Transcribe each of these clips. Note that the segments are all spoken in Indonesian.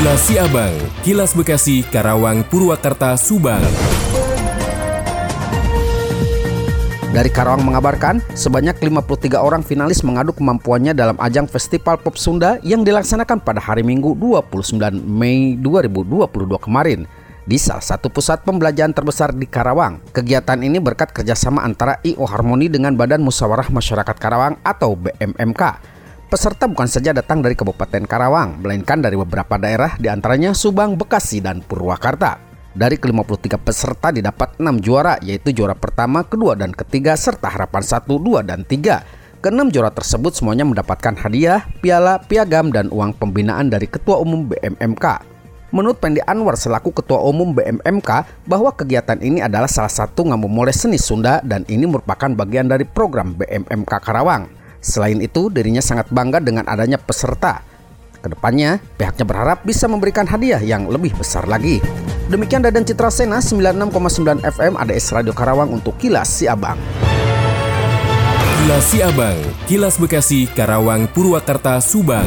Kilas Siabang, Kilas Bekasi, Karawang, Purwakarta, Subang. Dari Karawang mengabarkan, sebanyak 53 orang finalis mengadu kemampuannya dalam ajang Festival Pop Sunda yang dilaksanakan pada hari Minggu 29 Mei 2022 kemarin di salah satu pusat pembelajaran terbesar di Karawang. Kegiatan ini berkat kerjasama antara I.O. Harmoni dengan Badan Musyawarah Masyarakat Karawang atau BMMK. Peserta bukan saja datang dari Kabupaten Karawang, melainkan dari beberapa daerah diantaranya Subang, Bekasi, dan Purwakarta. Dari ke-53 peserta didapat 6 juara, yaitu juara pertama, kedua, dan ketiga, serta harapan 1, 2, dan 3. Ke-6 juara tersebut semuanya mendapatkan hadiah, piala, piagam, dan uang pembinaan dari Ketua Umum BMMK. Menurut Pendi Anwar selaku Ketua Umum BMMK, bahwa kegiatan ini adalah salah satu ngamumole seni Sunda dan ini merupakan bagian dari program BMMK Karawang. Selain itu, dirinya sangat bangga dengan adanya peserta. Kedepannya, pihaknya berharap bisa memberikan hadiah yang lebih besar lagi. Demikian Dadan Citra Sena 96,9 FM ADS Radio Karawang untuk Kilas Siabang. Kilas Siabang, Kilas Bekasi, Karawang, Purwakarta, Subang.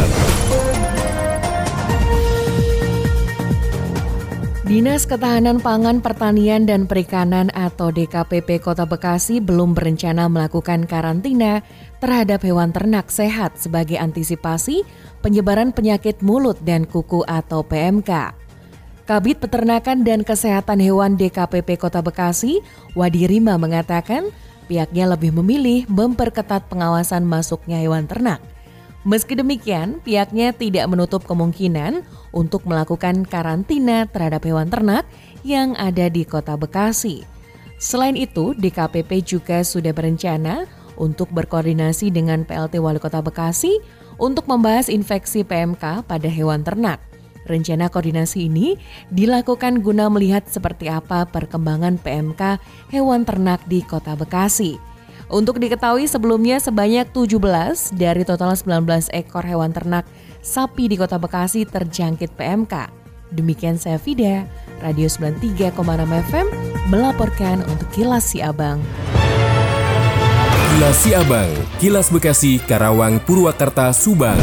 Dinas Ketahanan Pangan, Pertanian, dan Perikanan atau DKPP Kota Bekasi belum berencana melakukan karantina terhadap hewan ternak sehat sebagai antisipasi penyebaran penyakit mulut dan kuku atau PMK. Kabid Peternakan dan Kesehatan Hewan DKPP Kota Bekasi, Wadi Rima mengatakan pihaknya lebih memilih memperketat pengawasan masuknya hewan ternak. Meski demikian, pihaknya tidak menutup kemungkinan untuk melakukan karantina terhadap hewan ternak yang ada di Kota Bekasi. Selain itu, DKPP juga sudah berencana untuk berkoordinasi dengan PLT Wali Kota Bekasi untuk membahas infeksi PMK pada hewan ternak. Rencana koordinasi ini dilakukan guna melihat seperti apa perkembangan PMK hewan ternak di Kota Bekasi. Untuk diketahui sebelumnya sebanyak 17 dari total 19 ekor hewan ternak sapi di Kota Bekasi terjangkit PMK. Demikian saya Fida, Radio 93,6 FM melaporkan untuk Kilas Siabang. Kilas Siabang, Kilas Bekasi, Karawang, Purwakarta, Subang.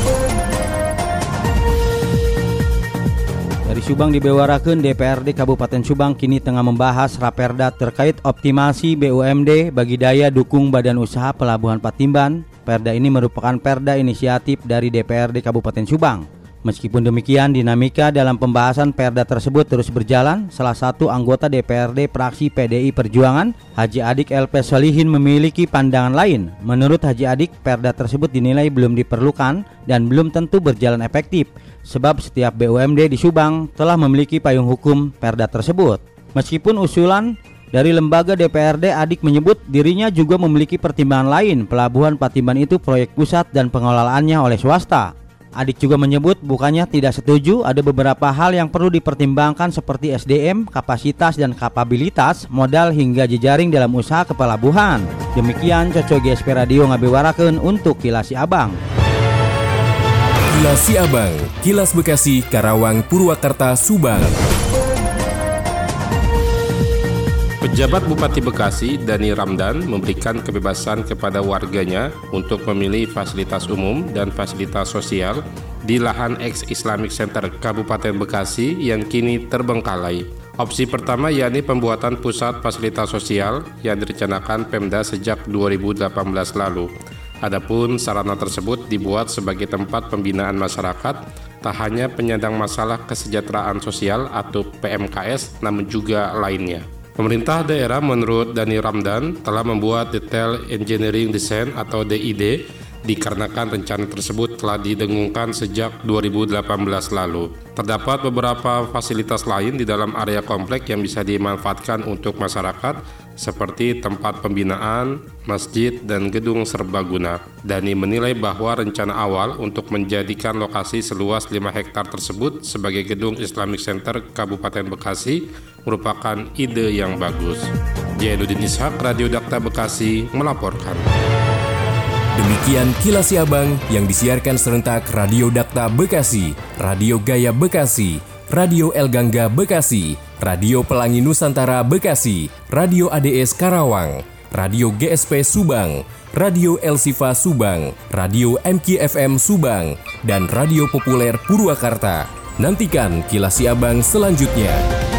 Dari Subang dibewarakeun DPRD Kabupaten Subang kini tengah membahas raperda terkait optimasi BUMD bagi daya dukung Badan Usaha Pelabuhan Patimban. Perda ini merupakan perda inisiatif dari DPRD Kabupaten Subang. Meskipun demikian, dinamika dalam pembahasan perda tersebut terus berjalan. Salah satu anggota DPRD fraksi PDI Perjuangan, Haji Adik LP Solihin memiliki pandangan lain. Menurut Haji Adik, perda tersebut dinilai belum diperlukan dan belum tentu berjalan efektif. Sebab setiap BUMD di Subang telah memiliki payung hukum perda tersebut. Meskipun usulan dari lembaga DPRD, Adik menyebut dirinya juga memiliki pertimbangan lain. Pelabuhan Patimban itu proyek pusat dan pengelolaannya oleh swasta. Adik juga menyebut bukannya tidak setuju, ada beberapa hal yang perlu dipertimbangkan seperti SDM, kapasitas dan kapabilitas, modal hingga jejaring dalam usaha kepelabuhan. Demikian Coco GSP Radio ngabewarakeun untuk Kilas Siabang. Kilas Siabang, Kilas Bekasi, Karawang, Purwakarta, Subang. Pejabat Bupati Bekasi, Dani Ramdan, memberikan kebebasan kepada warganya untuk memilih fasilitas umum dan fasilitas sosial di lahan ex-Islamic Center Kabupaten Bekasi yang kini terbengkalai. Opsi pertama yakni pembuatan pusat fasilitas sosial yang direncanakan Pemda sejak 2018 lalu. Adapun sarana tersebut dibuat sebagai tempat pembinaan masyarakat, tak hanya penyandang masalah kesejahteraan sosial atau PMKS, namun juga lainnya. Pemerintah daerah menurut Dani Ramdan telah membuat Detail Engineering Design atau DID dikarenakan rencana tersebut telah didengungkan sejak 2018 lalu. Terdapat beberapa fasilitas lain di dalam area komplek yang bisa dimanfaatkan untuk masyarakat seperti tempat pembinaan, masjid, dan gedung serbaguna. Dani menilai bahwa rencana awal untuk menjadikan lokasi seluas 5 hektar tersebut sebagai gedung Islamic Center Kabupaten Bekasi merupakan ide yang bagus. Jainuddin Ishak, Radio Dakta Bekasi melaporkan. Demikian Kilas Siabang yang disiarkan serentak Radio Dakta Bekasi, Radio Gaya Bekasi, Radio El Gangga Bekasi, Radio Pelangi Nusantara Bekasi, Radio ADS Karawang, Radio GSP Subang, Radio El Sifa Subang, Radio MKFM Subang, dan Radio Populer Purwakarta. Nantikan Kilas Siabang selanjutnya.